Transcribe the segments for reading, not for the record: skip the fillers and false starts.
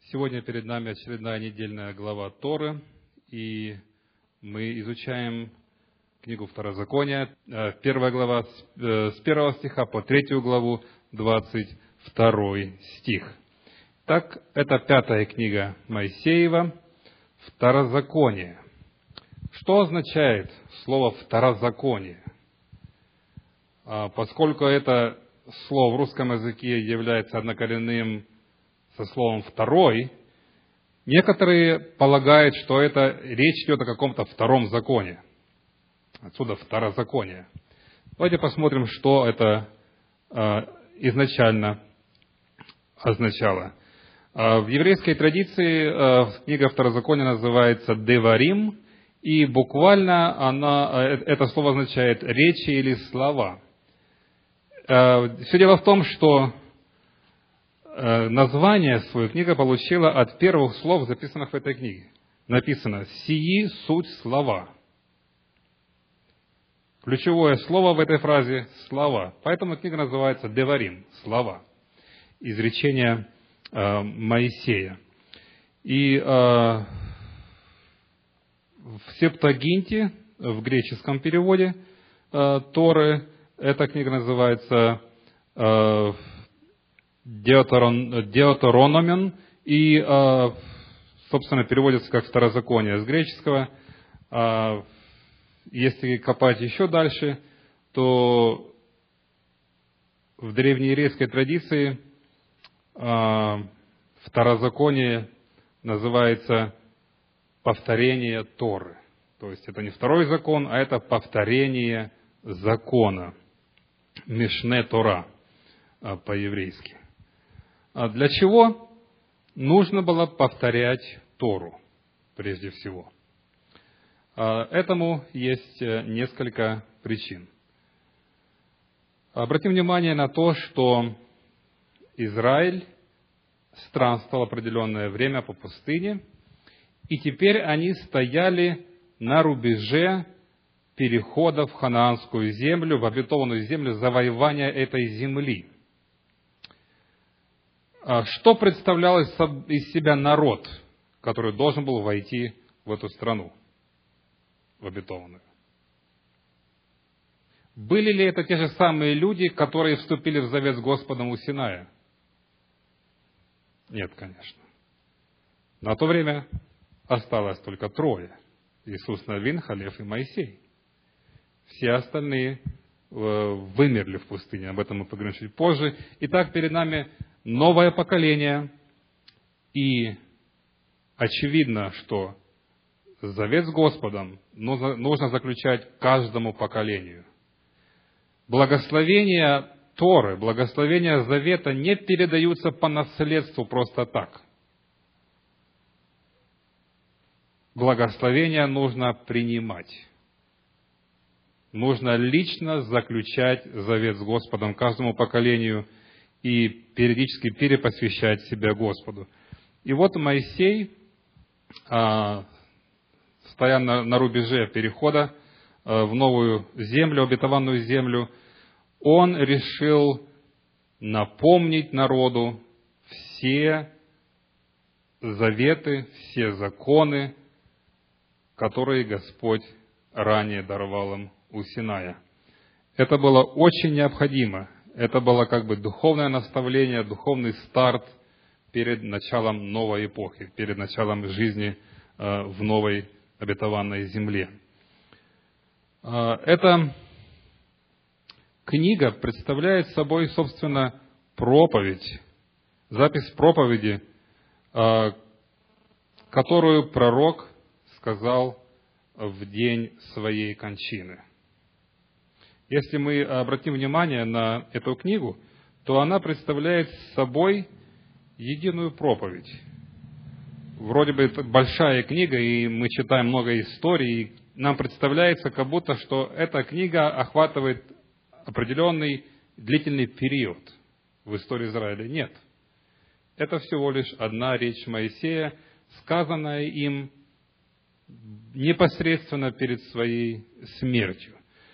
Сегодня перед нами очередная недельная глава Торы, и мы изучаем книгу Второзакония, 1 глава с 1 стиха по 3 главу, 22 стих. Так, это 5-я книга Моисеева, Второзаконие. Что означает слово «второзаконие»? Поскольку это слово в русском языке является однокоренным со словом «второй», некоторые полагают, что это речь идет о каком-то втором законе. Отсюда второзаконие. Давайте посмотрим, что это изначально означало. В еврейской традиции книга Второзакония называется «деварим», и буквально это слово означает «речи» или «слова». Все дело в том, что название свою книга получила от первых слов, записанных в этой книге. Написано «сии суть слова». Ключевое слово в этой фразе – слова. Поэтому книга называется «деварим» – слова. Изречение Моисея. И в Септуагинте, в греческом переводе Торы, эта книга называется Deuteronomion, и, собственно, переводится как Второзаконие с греческого. Если копать еще дальше, то в древнееврейской традиции Второзаконие называется повторение Торы. То есть это не второй закон, а это повторение закона. Мишне Тора по-еврейски. Для чего нужно было повторять Тору, прежде всего? Этому есть несколько причин. Обратим внимание на то, что Израиль странствовал определенное время по пустыне, и теперь они стояли на рубеже перехода в ханаанскую землю, в обетованную землю, завоевания этой земли. Что представлял из себя народ, который должен был войти в эту страну, в обетованную? Были ли это те же самые люди, которые вступили в завет с Господом у Синая? Нет, конечно. На то время осталось только трое: Иисус Навин, Халев и Моисей. Все остальные вымерли в пустыне. Об этом мы поговорим чуть позже. Итак, перед нами новое поколение. И очевидно, что завет с Господом нужно заключать каждому поколению. Благословения Торы, благословения завета не передаются по наследству просто так. Благословения нужно принимать. Нужно лично заключать завет с Господом каждому поколению и периодически перепосвящать себя Господу. И вот Моисей, стоя на рубеже перехода в новую землю, обетованную землю, он решил напомнить народу все заветы, все законы, которые Господь ранее даровал им у Синая. Это было очень необходимо. Это было как бы духовное наставление, духовный старт перед началом новой эпохи, перед началом жизни в новой обетованной земле. Эта книга представляет собой, собственно, проповедь, запись проповеди, которую пророк сказал в день своей кончины. Если мы обратим внимание на эту книгу, то она представляет собой единую проповедь. Вроде бы это большая книга, и мы читаем много историй, и нам представляется, как будто, что эта книга охватывает определенный длительный период в истории Израиля. Нет. Это всего лишь одна речь Моисея, сказанная им непосредственно перед своей смертью.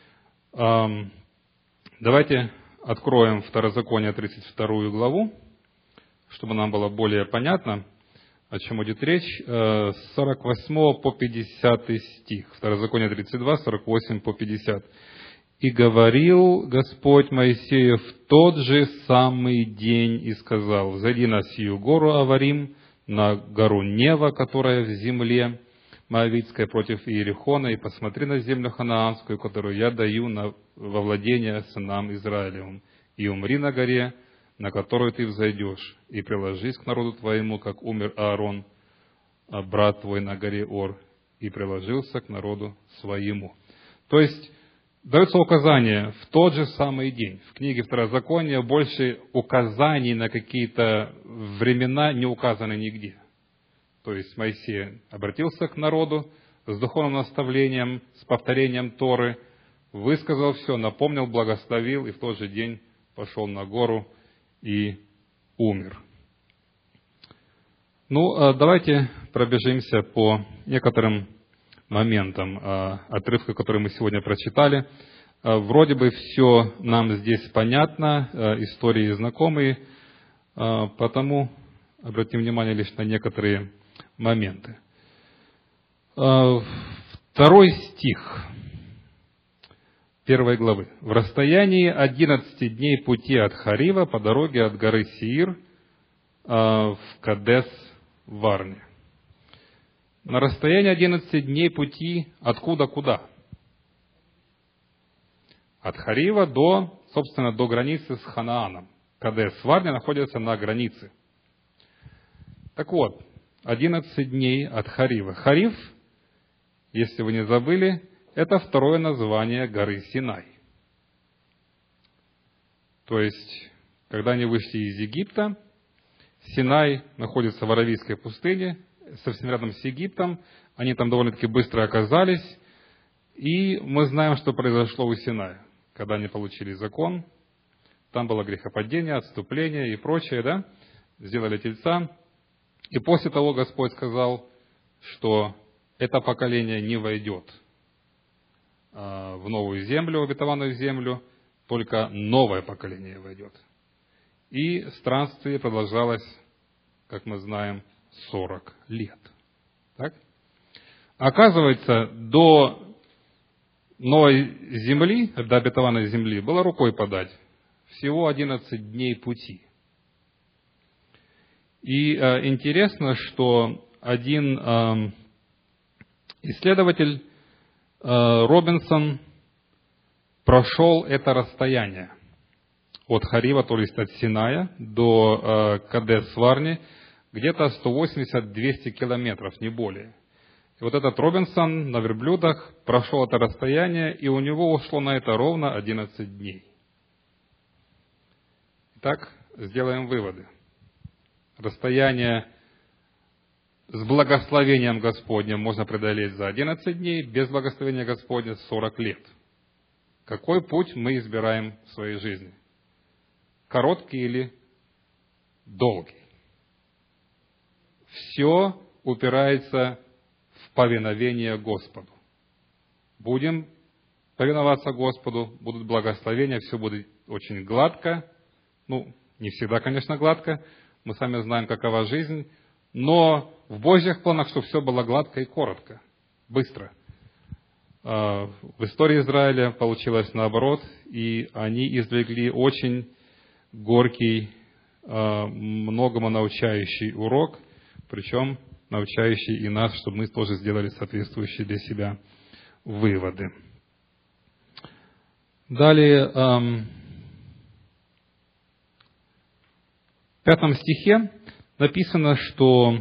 Давайте откроем Второзаконие 32 главу, чтобы нам было более понятно. о чем идет речь, с 48 по 50 стих. Второзаконие 32, 48 по 50. «И говорил Господь Моисею в тот же самый день и сказал: взойди на сию гору Аварим, на гору Нева, которая в земле Моавитской против Иерихона, и посмотри на землю ханаанскую, которую я даю во владение сынам Израилевым, и умри на горе, на которую ты взойдешь, и приложись к народу твоему, как умер Аарон, брат твой, на горе Ор, и приложился к народу своему». То есть, дается указание в тот же самый день. В книге Второзакония больше указаний на какие-то времена не указаны нигде. То есть Моисей обратился к народу с духовным наставлением, с повторением Торы, высказал все, напомнил, благословил, и в тот же день пошел на гору и умер. Давайте пробежимся по некоторым моментам отрывка, который мы сегодня прочитали. Вроде бы все нам здесь понятно, истории знакомые, потому обратим внимание лишь на некоторые моменты. 2 стих 1 главы. «В расстоянии 11 дней пути от Харива по дороге от горы Сеир в Кадес-Варне». На расстоянии 11 дней пути откуда куда? От Харива до границы с Ханааном. Кадес-Варне находится на границе. Так вот, 11 дней от Харива. Харив, если вы не забыли, это второе название горы Синай. То есть, когда они вышли из Египта, Синай находится в Аравийской пустыне, совсем рядом с Египтом. Они там довольно-таки быстро оказались. И мы знаем, что произошло у Синая, когда они получили закон. Там было грехопадение, отступление и прочее, да? Сделали тельца. И после того Господь сказал, что это поколение не войдет в новую землю, в обетованную землю, только новое поколение войдет. И странствие продолжалось, как мы знаем, 40 лет. Так? Оказывается, до новой земли, до обетованной земли, было рукой подать. Всего 11 дней пути. И интересно, что один исследователь, Робинсон, прошел это расстояние от Харива, то есть от Синая, до Кадес-Варни, где-то 180-200 километров, не более. И вот этот Робинсон на верблюдах прошел это расстояние, и у него ушло на это ровно 11 дней. Итак, сделаем выводы. Расстояние с благословением Господним можно преодолеть за 11 дней, без благословения Господня 40 лет. Какой путь мы избираем в своей жизни? Короткий или долгий? Все упирается в повиновение Господу. Будем повиноваться Господу, будут благословения, все будет очень гладко. Не всегда, конечно, гладко. Мы сами знаем, какова жизнь. Но в Божьих планах, чтобы все было гладко и коротко, быстро. В истории Израиля получилось наоборот, и они извлекли очень горький, многому научающий урок, причем научающий и нас, чтобы мы тоже сделали соответствующие для себя выводы. Далее, в 5 стихе написано, что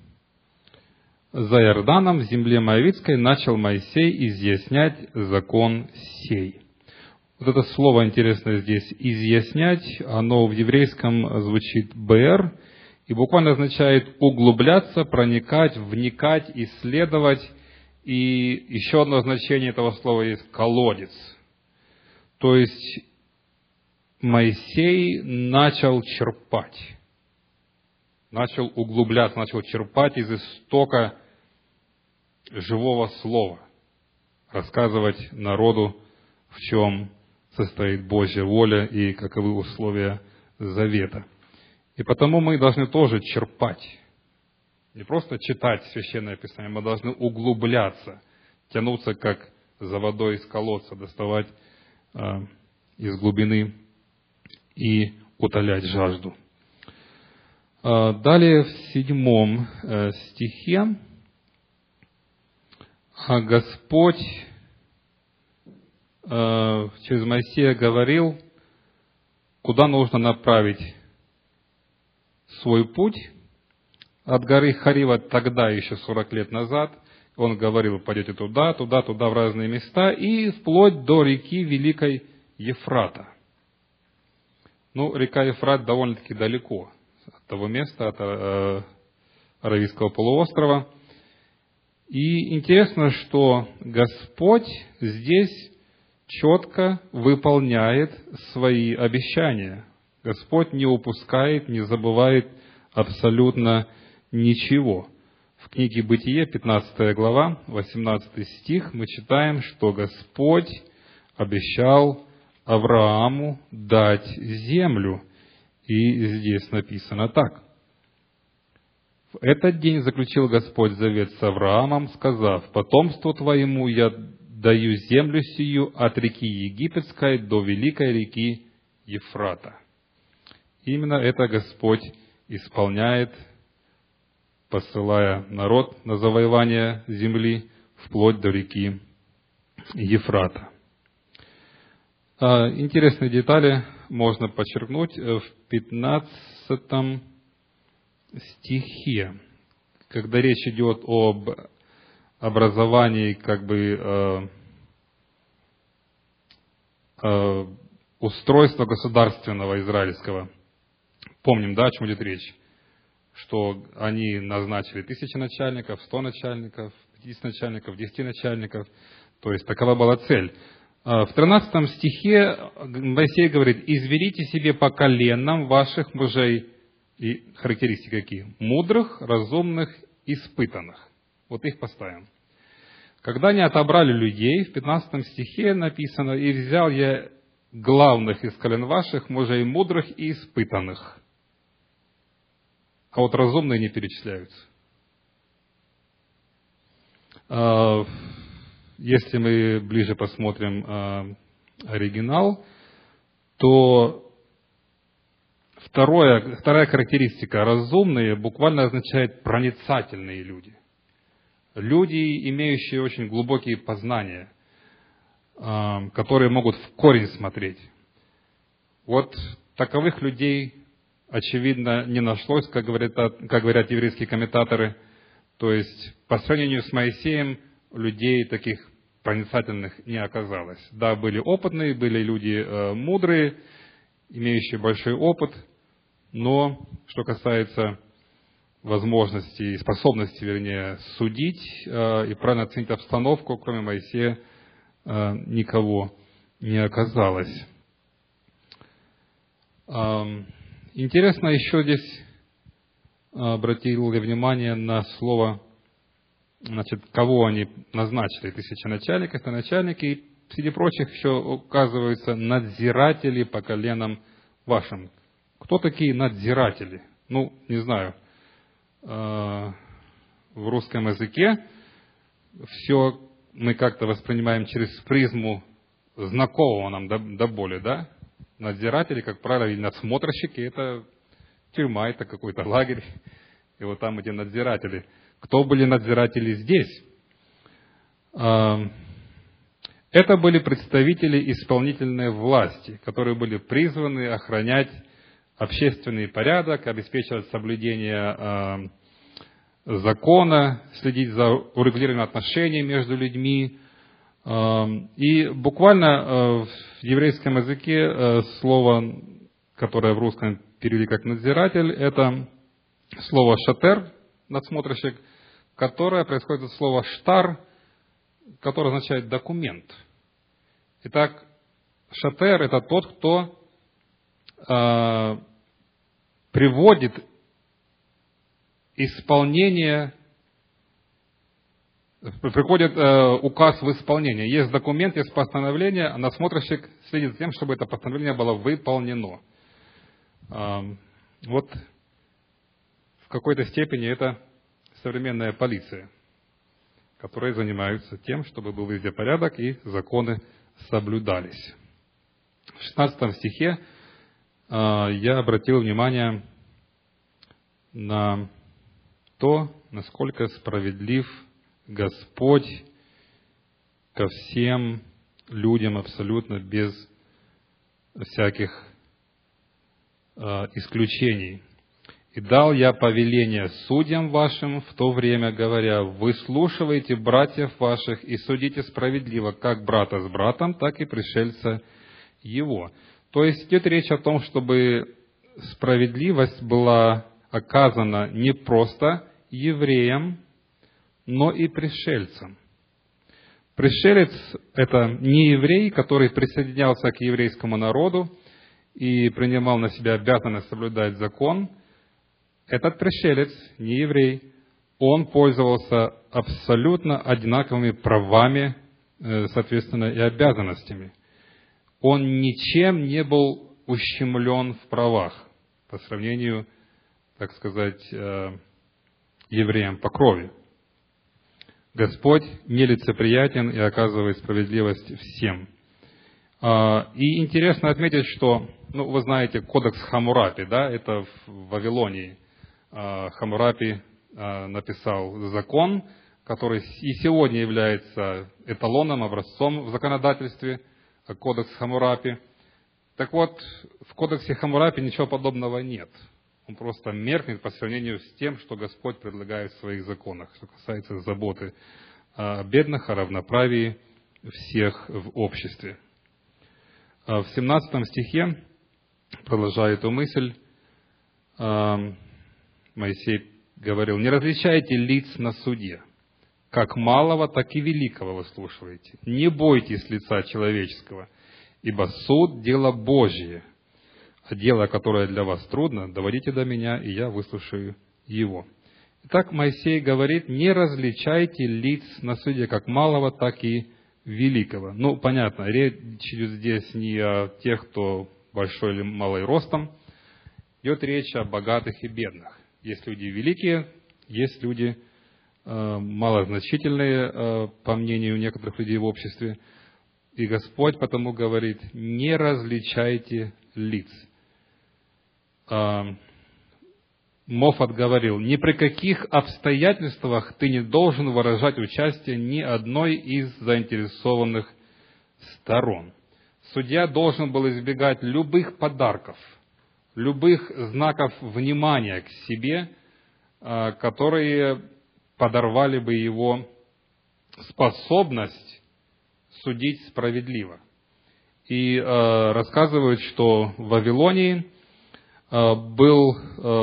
за Иорданом, в земле Моавитской, начал Моисей изъяснять закон сей. Вот это слово интересное здесь, изъяснять, оно в еврейском звучит «бэр», и буквально означает углубляться, проникать, вникать, исследовать. И еще одно значение этого слова есть «колодец». То есть Моисей начал черпать, начал углубляться, начал черпать из истока живого слова, рассказывать народу, в чем состоит Божья воля и каковы условия завета. И потому мы должны тоже черпать Не просто читать Священное Писание, мы должны углубляться, тянуться как за водой из колодца, доставать из глубины и утолять жажду. Далее в 7 стихе Господь через Моисея говорил, куда нужно направить свой путь. От горы Харива тогда, еще 40 лет назад, Он говорил, пойдете туда, туда, туда, в разные места, и вплоть до реки Великой Ефрата. Ну, река Ефрат довольно-таки далеко от того места, от Аравийского полуострова. И интересно, что Господь здесь четко выполняет свои обещания. Господь не упускает, не забывает абсолютно ничего. В книге Бытие, 15 глава, 18 стих, мы читаем, что Господь обещал Аврааму дать землю. И здесь написано так. «В этот день заключил Господь завет с Авраамом, сказав, потомству твоему я даю землю сию от реки Египетской до великой реки Ефрата». Именно это Господь исполняет, посылая народ на завоевание земли вплоть до реки Ефрата. Интересные детали можно подчеркнуть в 15 стихе, когда речь идет об образовании устройства государственного израильского. Помним, да, о чем идет речь? Что они назначили 1000 начальников, 100 начальников, 50 начальников, 10 начальников. То есть такова была цель. В 13 стихе Моисей говорит, «Изберите себе по коленам ваших мужей». И характеристики какие? Мудрых, разумных, испытанных. Вот их поставим. Когда они отобрали людей, в 15 стихе написано, «И взял я главных из колен ваших, мужей мудрых и испытанных». А вот разумные не перечисляются. Если мы ближе посмотрим оригинал, то вторая характеристика «разумные» буквально означает проницательные люди. Люди, имеющие очень глубокие познания, которые могут в корень смотреть. Вот таковых людей, очевидно, не нашлось, как говорят еврейские комментаторы. То есть, по сравнению с Моисеем, людей таких проницательных не оказалось. Да, были опытные, были люди мудрые, имеющие большой опыт, но что касается возможности и способности, вернее, судить и правильно оценить обстановку, кроме Моисея, никого не оказалось. Интересно еще здесь обратил ли внимание на слово, кого они назначили, 1000 начальников, это начальники, и среди прочих еще указываются надзиратели по коленам вашим. Кто такие надзиратели? Ну, не знаю, в русском языке все мы как-то воспринимаем через призму знакомого нам до боли, да? Надзиратели, как правило, или надсмотрщики, это тюрьма, это какой-то лагерь, и вот там эти надзиратели. Кто были надзиратели здесь? Это были представители исполнительной власти, которые были призваны охранять общественный порядок, обеспечивать соблюдение закона, следить за урегулированием отношений между людьми. И буквально в еврейском языке слово, которое в русском перевели как надзиратель, это слово шатер, надсмотрщик, которое происходит от слова штар, которое означает документ. Итак, шатер – это тот, кто приводит исполнение, приходит указ в исполнение. Есть документ, есть постановление, а надсмотрщик следит за тем, чтобы это постановление было выполнено. Вот в какой-то степени это современная полиция, которые занимаются тем, чтобы был везде порядок и законы соблюдались. В 16 стихе я обратил внимание на то, насколько справедлив Господь ко всем людям абсолютно без всяких исключений. «И дал я повеление судьям вашим в то время, говоря, выслушивайте братьев ваших и судите справедливо, как брата с братом, так и пришельца его». То есть идет речь о том, чтобы справедливость была оказана не просто евреям, но и пришельцам. Пришелец – это не еврей, который присоединялся к еврейскому народу и принимал на себя обязанность соблюдать закон. Этот пришелец, не еврей, он пользовался абсолютно одинаковыми правами, соответственно, и обязанностями. Он ничем не был ущемлен в правах по сравнению, так сказать, евреям по крови. Господь нелицеприятен и оказывает справедливость всем. И интересно отметить, что, вы знаете, кодекс Хаммурапи, да, это в Вавилонии. Хаммурапи написал закон, который и сегодня является эталоном, образцом в законодательстве, кодекс Хаммурапи. Так вот, в кодексе Хаммурапи ничего подобного нет. Он просто меркнет по сравнению с тем, что Господь предлагает в своих законах, что касается заботы о бедных, о равноправии всех в обществе. В 17 стихе, продолжая эту мысль, Моисей говорил: «Не различайте лиц на суде, как малого, так и великого выслушивайте. Не бойтесь лица человеческого, ибо суд – дело Божие. А дело, которое для вас трудно, доводите до меня, и я выслушаю его». Итак, Моисей говорит: не различайте лиц на суде, как малого, так и великого. Понятно, речь идет здесь не о тех, кто большой или малый ростом, идет речь о богатых и бедных. Есть люди великие, есть люди малозначительные, по мнению некоторых людей в обществе. И Господь потому говорит: не различайте лиц. Моффат говорил: ни при каких обстоятельствах ты не должен выражать участие ни одной из заинтересованных сторон. Судья должен был избегать любых подарков, любых знаков внимания к себе, которые подорвали бы его способность судить справедливо. И рассказывают, что в Вавилонии был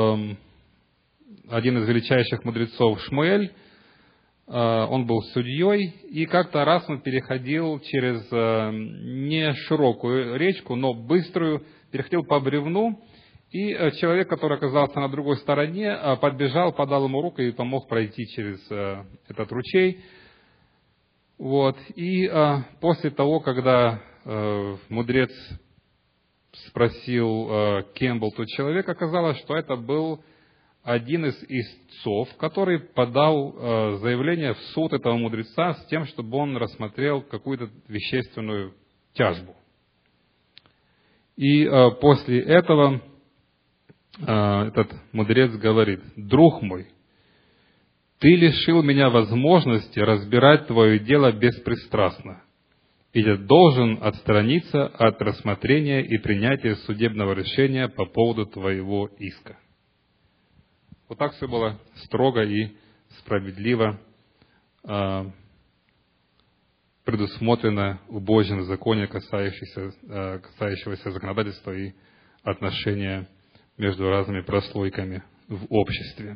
один из величайших мудрецов Шмуэль, он был судьей, и как-то раз он переходил через не широкую речку, но быструю, переходил по бревну, и человек, который оказался на другой стороне, подбежал, подал ему руку и помог пройти через этот ручей. И после того, когда мудрец спросил, кем был тот человек, оказалось, что это был один из истцов, который подал заявление в суд этого мудреца с тем, чтобы он рассмотрел какую-то вещественную тяжбу. И после этого этот мудрец говорит: «Друг мой, ты лишил меня возможности разбирать твое дело беспристрастно, и я должен отстраниться от рассмотрения и принятия судебного решения по поводу твоего иска». Вот так все было строго и справедливо предусмотрено в Божьем законе, касающегося законодательства и отношения между разными прослойками в обществе.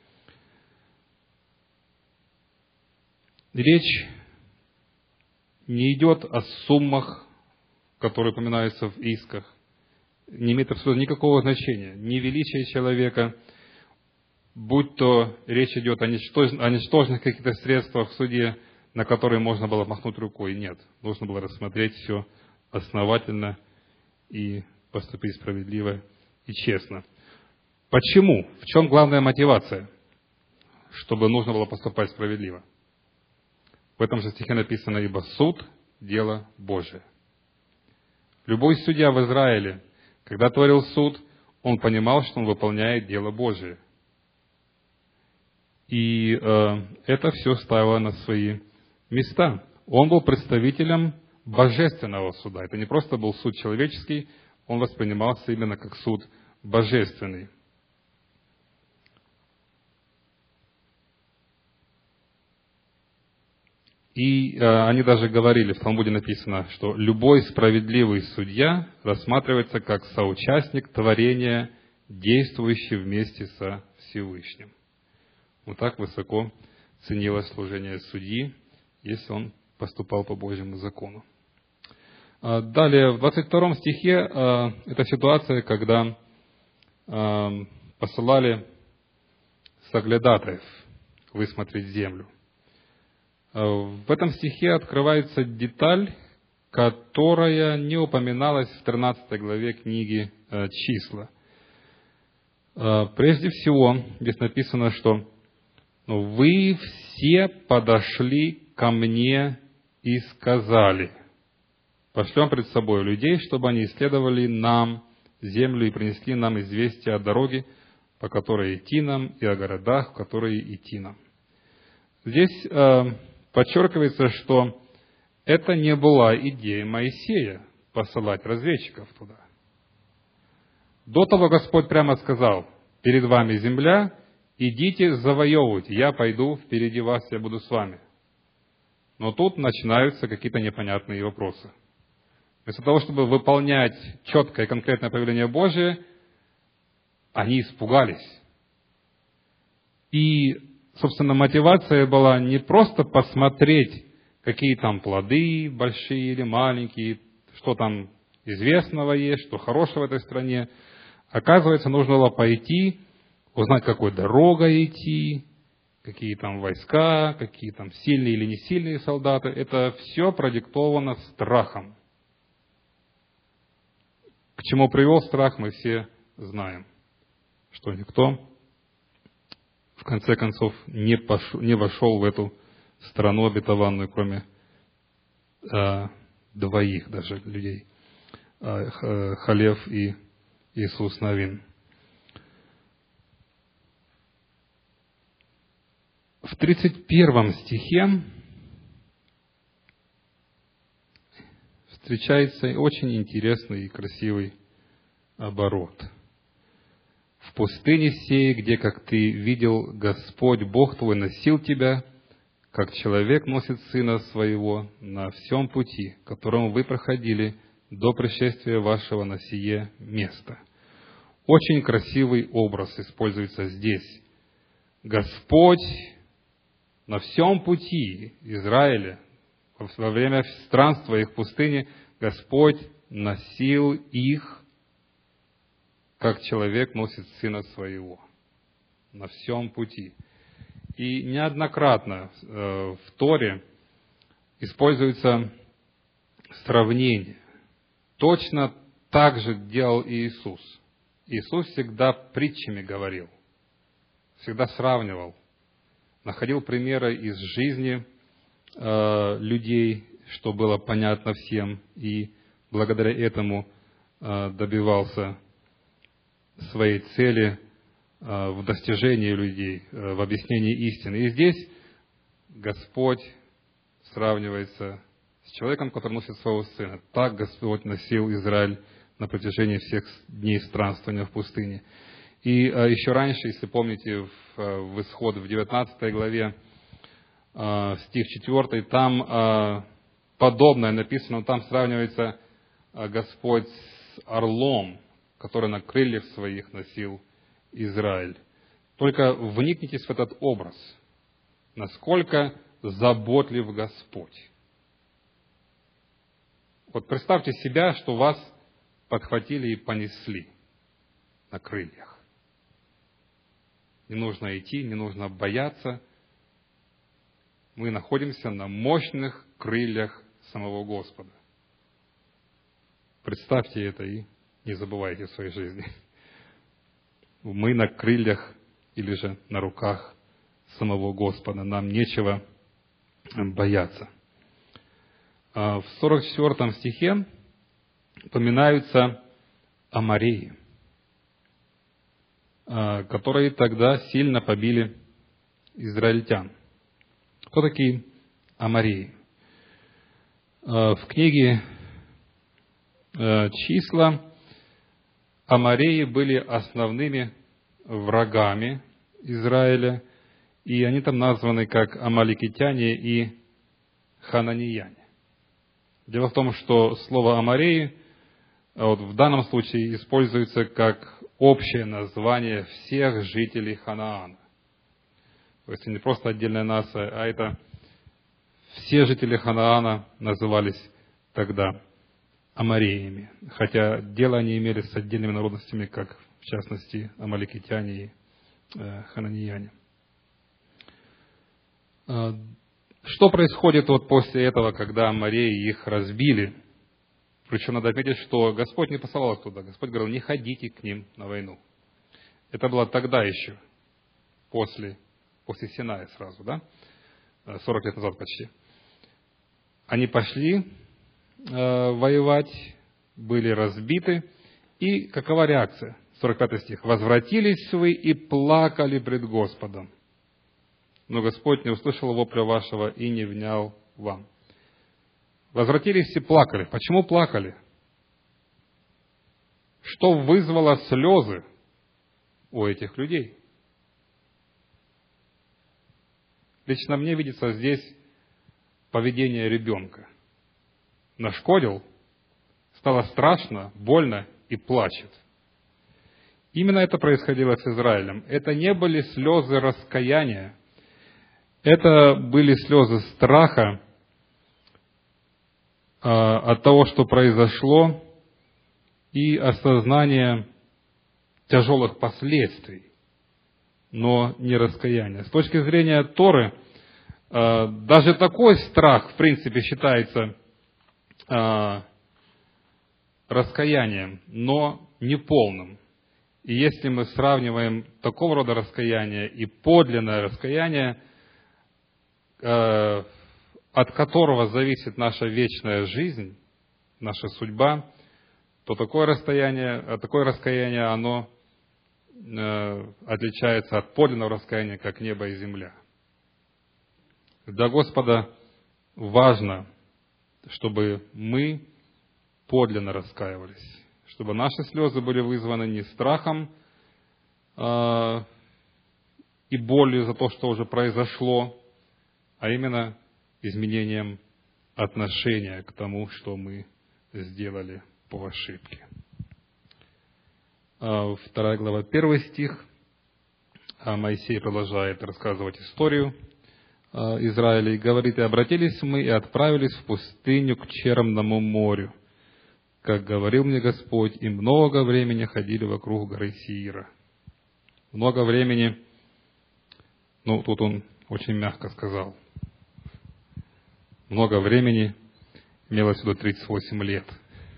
Речь не идет о суммах, которые упоминаются в исках. Не имеет абсолютно никакого значения. Ни величия человека, будь то речь идет о ничтожных каких-то средствах в суде, на которые можно было махнуть рукой. Нет. Нужно было рассмотреть все основательно и поступить справедливо и честно. Почему? В чем главная мотивация? чтобы нужно было поступать справедливо. В этом же стихе написано: «Ибо суд – дело Божие». Любой судья в Израиле, когда творил суд, он понимал, что он выполняет дело Божие. И это все ставило на свои места. Он был представителем божественного суда. Это не просто был суд человеческий, он воспринимался именно как суд божественный. И они даже говорили, в Талмуде написано, что любой справедливый судья рассматривается как соучастник творения, действующий вместе со Всевышним. Вот так высоко ценилось служение судьи, если он поступал по Божьему закону. Далее, в 22 стихе, это ситуация, когда посылали соглядатаев высмотреть землю. В этом стихе открывается деталь, которая не упоминалась в 13 главе книги «Числа». Прежде всего, здесь написано, что «вы все подошли ко мне и сказали: пошлем пред собой людей, чтобы они исследовали нам землю и принесли нам известие о дороге, по которой идти нам, и о городах, в которые идти нам». Здесь подчеркивается, что это не была идея Моисея посылать разведчиков туда. До того Господь прямо сказал: «Перед вами земля, идите завоевывайте, я пойду впереди вас, я буду с вами». Но тут начинаются какие-то непонятные вопросы. Вместо того, чтобы выполнять четкое и конкретное повеление Божие, они испугались. И, собственно, мотивация была не просто посмотреть, какие там плоды, большие или маленькие, что там известного есть, что хорошего в этой стране. Оказывается, нужно было пойти, узнать, какой дорогой идти, какие там войска, какие там сильные или не сильные солдаты. Это все продиктовано страхом. К чему привел страх, мы все знаем, что никто, в конце концов, не вошел в эту страну обетованную, кроме двоих даже людей, Халев и Иисус Навин. В 31 стихе встречается очень интересный и красивый оборот. «В пустыне сей, где, как ты видел, Господь Бог твой носил тебя, как человек носит сына своего на всем пути, которым вы проходили до пришествия вашего на сие место». Очень красивый образ используется здесь. Господь на всем пути Израиля, во время странства их в пустыне, Господь носил их, как человек носит сына своего. На всем пути. И неоднократно в Торе используется сравнение. Точно так же делал и Иисус. Иисус всегда притчами говорил, всегда сравнивал, находил примеры из жизни людей, что было понятно всем, и благодаря этому добивался своей цели в достижении людей, в объяснении истины. И здесь Господь сравнивается с человеком, который носит своего сына. Так Господь носил Израиль на протяжении всех дней странствования в пустыне. И еще раньше, если помните, в Исход, в 19 главе, стих 4, там подобное написано, там сравнивается Господь с орлом, который на крыльях своих носил Израиль. Только вникнитесь в этот образ, насколько заботлив Господь. Вот представьте себя, что вас подхватили и понесли на крыльях. Не нужно идти, не нужно бояться. Мы находимся на мощных крыльях самого Господа. Представьте это и не забывайте в своей жизни. Мы на крыльях или же на руках самого Господа. Нам нечего бояться. В 44 стихе упоминаются амореи, которые тогда сильно побили израильтян. Кто такие амореи? В книге «Числа» амореи были основными врагами Израиля, и они там названы как амаликитяне и хананияне. Дело в том, что слово «амореи» вот в данном случае используется как общее название всех жителей Ханаана. То есть не просто отдельная нация, а это все жители Ханаана назывались тогда амореями. Хотя дело они имели с отдельными народностями, как в частности амаликитяне и хананияне. Что происходит вот после этого, когда амореи их разбили? Причем надо отметить, что Господь не посылал их туда. Господь говорил, не ходите к ним на войну. Это было тогда еще, после Синая сразу, да? 40 лет назад почти. Они пошли воевать, были разбиты. И какова реакция? 45 стих. «Возвратились вы и плакали пред Господом, но Господь не услышал вопля вашего и не внял вам». Возвратились и плакали. Почему плакали? Что вызвало слезы у этих людей? Лично мне видится здесь поведение ребенка. Нашкодил, стало страшно, больно и плачет. Именно это происходило с Израилем. Это не были слезы раскаяния, это были слезы страха от того, что произошло, и осознание тяжелых последствий, но не раскаяния. С точки зрения Торы, даже такой страх, в принципе, считается раскаянием, но неполным. И если мы сравниваем такого рода раскаяние и подлинное раскаяние, от которого зависит наша вечная жизнь, наша судьба, то такое раскаяние, оно отличается от подлинного раскаяния, как небо и земля. Для Господа важно, чтобы мы подлинно раскаивались, чтобы наши слезы были вызваны не страхом и болью за то, что уже произошло, а именно изменением отношения к тому, что мы сделали по ошибке. 2 глава, 1 стих. Моисей продолжает рассказывать историю Израиля и говорит: «И обратились мы и отправились в пустыню к Черному морю, как говорил мне Господь, и много времени ходили вокруг горы Сиира». Много времени, тут он очень мягко сказал. Много времени имелось в виду 38 лет.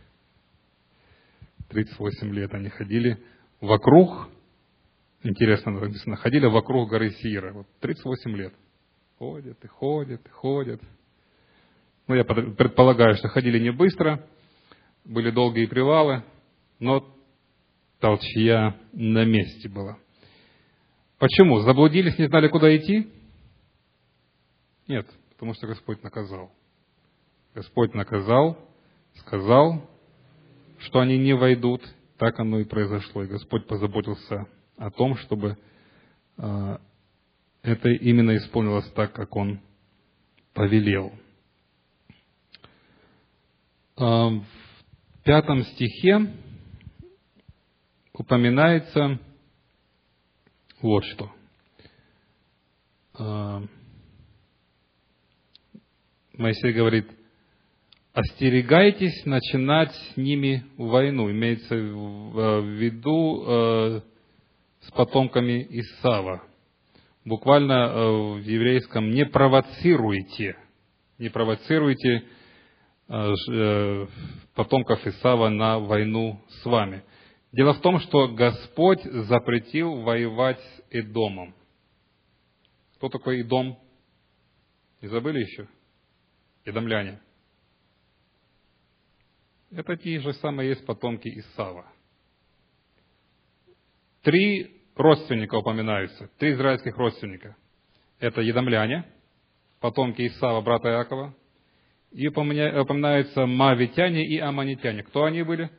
38 лет они ходили вокруг, интересно написано, ходили вокруг горы Сиира. Вот 38 лет. Ходят и ходят и ходят. Я предполагаю, что ходили не быстро, были долгие привалы, но толчья на месте была. Почему? Заблудились, не знали, куда идти? Нет, потому что Господь наказал. Господь наказал, сказал, что они не войдут. Так оно и произошло. И Господь позаботился о том, чтобы это именно исполнилось так, как Он повелел. В 5 стихе упоминается вот что. Моисей говорит: остерегайтесь начинать с ними войну. Имеется в виду с потомками Исава. Буквально в еврейском не провоцируйте потомков Исава на войну с вами. Дело в том, что Господь запретил воевать с Эдомом. Кто такой Идом? Не забыли еще? Идомляне. Это те же самые есть потомки Исава. 3 родственника упоминаются, 3 израильских родственника. Это едомляне, потомки Исава, брата Иакова. И упоминаются моавитяне и аммонитяне. Кто они были?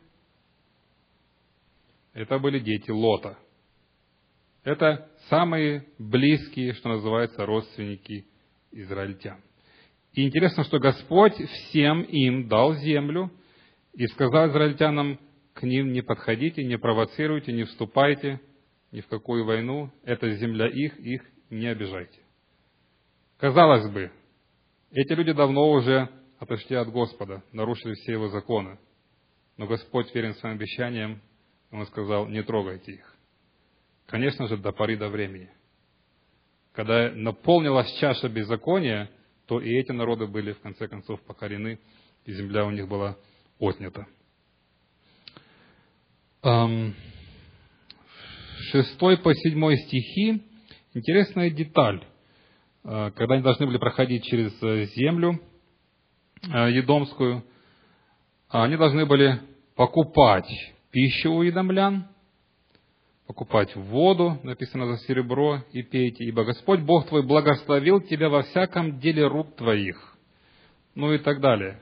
Это были дети Лота. Это самые близкие, что называется, родственники израильтян. И интересно, что Господь всем им дал землю и сказал израильтянам: к ним не подходите, не провоцируйте, не вступайте ни в какую войну. Это земля их не обижайте. Казалось бы, эти люди давно уже отошли от Господа, нарушили все Его законы. Но Господь верен своим обещаниям, и Он сказал: не трогайте их. Конечно же, до поры до времени. Когда наполнилась чаша беззакония, то и эти народы были, в конце концов, покорены, и земля у них была отнята. 6 по 7 стихи – интересная деталь. Когда они должны были проходить через землю едомскую, они должны были покупать пищу у едомлян, покупать воду, написано, за серебро, и пейте, ибо Господь Бог твой благословил тебя во всяком деле рук твоих. Ну и так далее.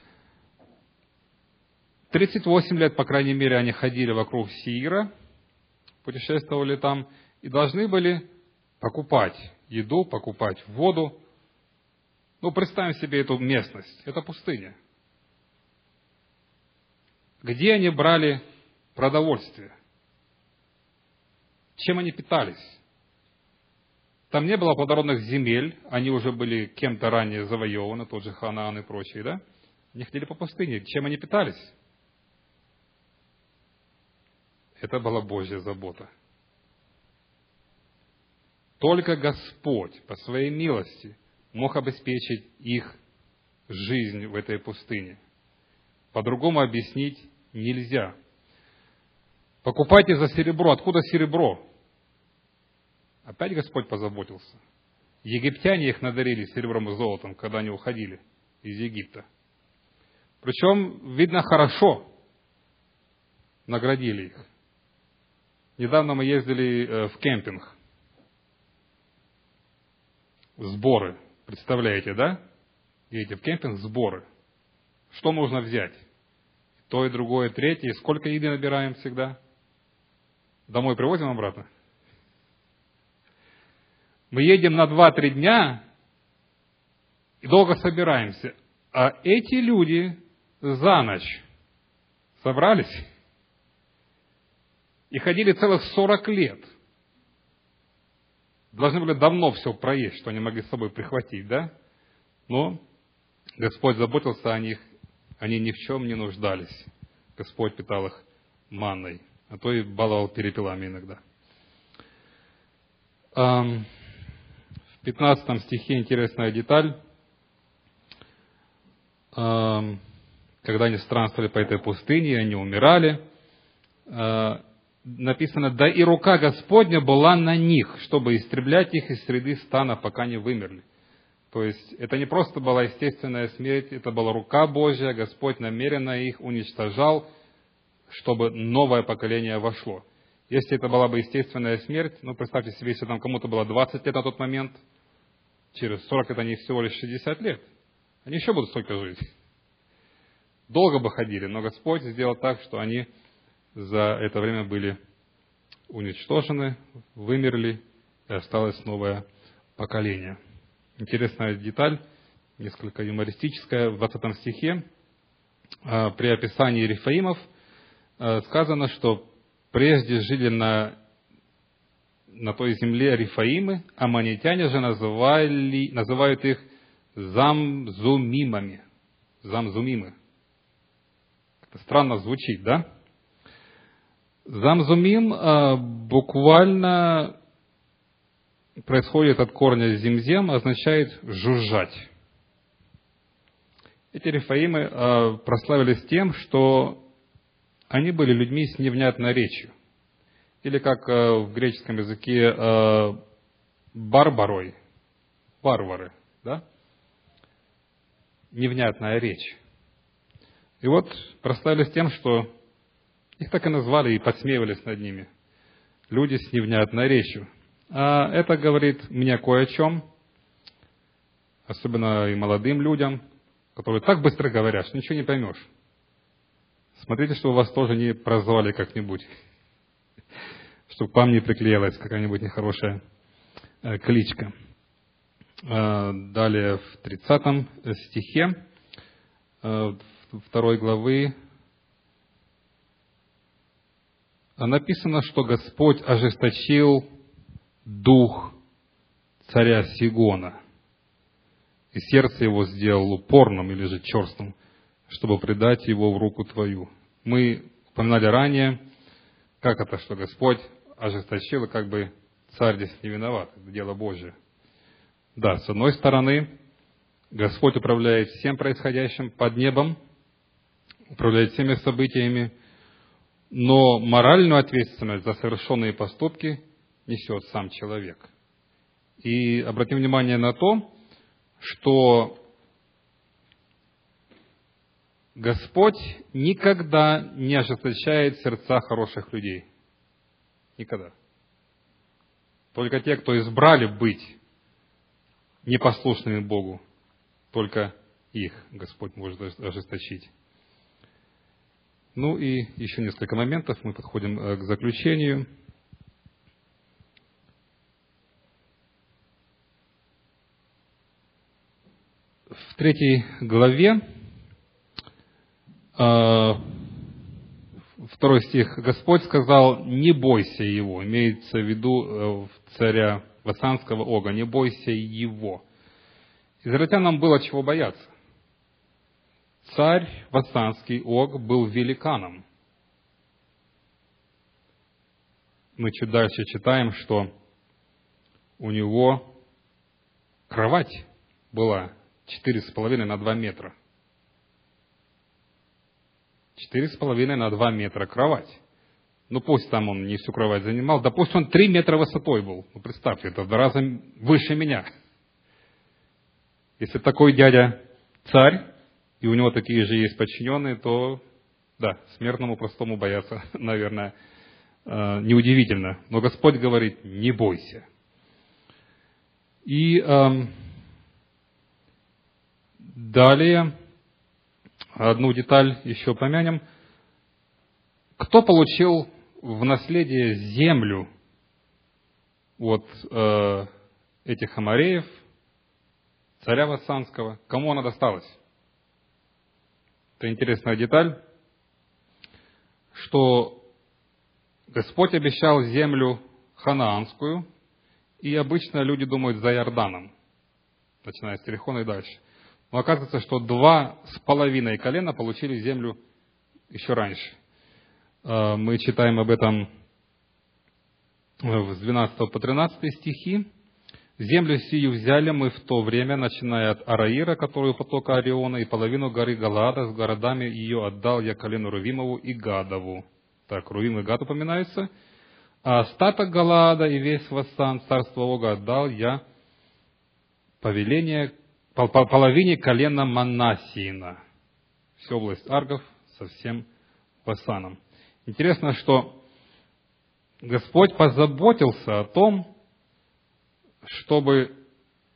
38 лет, по крайней мере, они ходили вокруг Сеира, путешествовали там, и должны были покупать еду, покупать воду. Ну, представим себе эту местность. Это пустыня. Где они брали продовольствие? Чем они питались? Там не было плодородных земель, они уже были кем-то ранее завоеваны, тот же Ханаан и прочие, да? Они ходили по пустыне. Чем они питались? Это была Божья забота. Только Господь по своей милости мог обеспечить их жизнь в этой пустыне. По-другому объяснить нельзя. Покупайте за серебро. Откуда серебро? Опять Господь позаботился. Египтяне их надарили серебром и золотом, когда они уходили из Египта. Причем, видно, хорошо наградили их. Недавно мы ездили в кемпинг. Сборы. Представляете, да? Едете в кемпинг, сборы. Что нужно взять? То и другое, третье. И сколько еды набираем всегда? Домой привозим обратно? Мы едем на 2-3 дня и долго собираемся. А эти люди за ночь собрались и ходили целых 40 лет. Должны были давно все проесть, что они могли с собой прихватить, да? Но Господь заботился о них, они ни в чем не нуждались. Господь питал их манной, а то и баловал перепелами иногда. В 15 стихе интересная деталь. Когда они странствовали по этой пустыне, они умирали, написано: да и рука Господня была на них, чтобы истреблять их из среды стана, пока не вымерли. То есть, это не просто была естественная смерть, это была рука Божья, Господь намеренно их уничтожал, чтобы новое поколение вошло. Если это была бы естественная смерть, ну, представьте себе, если там кому-то было 20 лет на тот момент, через 40 это не всего лишь 60 лет. Они еще будут столько жить. Долго бы ходили, но Господь сделал так, что они за это время были уничтожены, вымерли, и осталось новое поколение. Интересная деталь, несколько юмористическая. В 20 стихе при описании Рифаимов сказано, что прежде жили на той земле Рифаимы, аммонитяне же называют их замзумимами. Замзумимы. Это странно звучит, да? Замзумим буквально происходит от корня зимзем, означает жужжать. Эти рифаимы прославились тем, что они были людьми с невнятной речью. Или как в греческом языке барбарой, варвары, да? Невнятная речь. И вот прославились тем, что их так и назвали и подсмеивались над ними. Люди с невнятной речью. А это говорит мне кое о чем, особенно и молодым людям, которые так быстро говорят, что ничего не поймешь. Смотрите, что вас тоже не прозвали как-нибудь, чтобы к вам не приклеилась какая-нибудь нехорошая кличка. Далее в 30 стихе 2 главы написано, что Господь ожесточил дух царя Сигона, и сердце его сделал упорным или же черствым, чтобы предать его в руку твою. Мы упоминали ранее, как это, что Господь ожесточил, и как бы царь здесь не виноват, это дело Божье. Да, с одной стороны, Господь управляет всем происходящим под небом, управляет всеми событиями, но моральную ответственность за совершенные поступки несет сам человек. И обратим внимание на то, что Господь никогда не ожесточает сердца хороших людей. Никогда. Только те, кто избрали быть непослушными Богу, только их Господь может ожесточить. Ну и еще несколько моментов, мы подходим к заключению. В 3 главе, 2 стих, Господь сказал: «Не бойся его», имеется в виду царя Вассанского ога, «не бойся его». Израильтянам было чего бояться. Царь Вассанский ог был великаном. Мы чуть дальше читаем, что у него кровать была 4,5 на 2 метра. 4,5 на 2 метра кровать. Ну, пусть там он не всю кровать занимал, да пусть он 3 метра высотой был. Ну, представьте, это в 2 раза выше меня. Если такой дядя царь, и у него такие же есть подчиненные, то, да, смертному простому бояться, наверное, неудивительно. Но Господь говорит: не бойся. И далее одну деталь еще помянем. Кто получил в наследие землю от этих амореев, царя Вассанского? Кому она досталась? Это интересная деталь, что Господь обещал землю ханаанскую, и обычно люди думают за Иорданом, начиная с Иерихона и дальше. Но оказывается, что 2,5 колена получили землю еще раньше. Мы читаем об этом с 12 по 13 стихи. «Землю сию взяли мы в то время, начиная от Араира, который у потока Ориона, и половину горы Галаада, с городами ее отдал я колену Рувимову и Гадову». Так, Рувим и Гад упоминаются. «А остаток Галаада и весь Вассан, царство Ога, отдал я половине колена Манассиина». Всю область Аргов со всем Вассаном. Интересно, что Господь позаботился о том, чтобы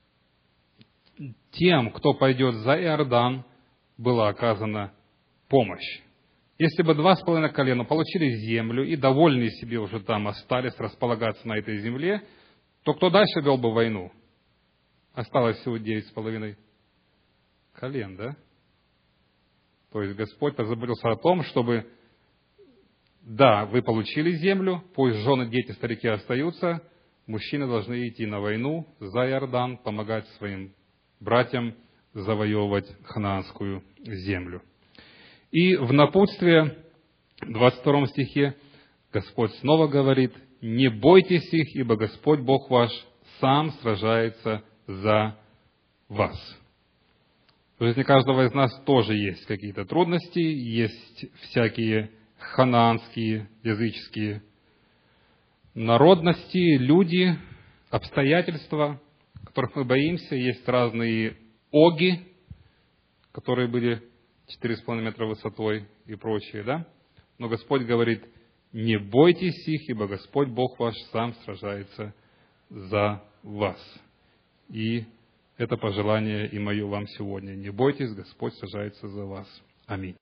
тем, кто пойдет за Иордан, была оказана помощь. Если бы 2,5 колена получили землю и довольные себе уже там остались располагаться на этой земле, то кто дальше вел бы войну? Осталось всего 9,5 колен, да? То есть Господь позаботился о том, чтобы, да, вы получили землю, пусть жены, дети, старики остаются, мужчины должны идти на войну за Иордан, помогать своим братьям завоевывать ханаанскую землю. И в напутствие, в 22 стихе, Господь снова говорит: «Не бойтесь их, ибо Господь Бог ваш сам сражается за вас». В жизни каждого из нас тоже есть какие-то трудности, есть всякие ханаанские, языческие народности, люди, обстоятельства, которых мы боимся, есть разные оги, которые были 4,5 метра высотой и прочие, да? Но Господь говорит, не бойтесь их, ибо Господь Бог ваш сам сражается за вас. И это пожелание и мое вам сегодня. Не бойтесь, Господь сражается за вас. Аминь.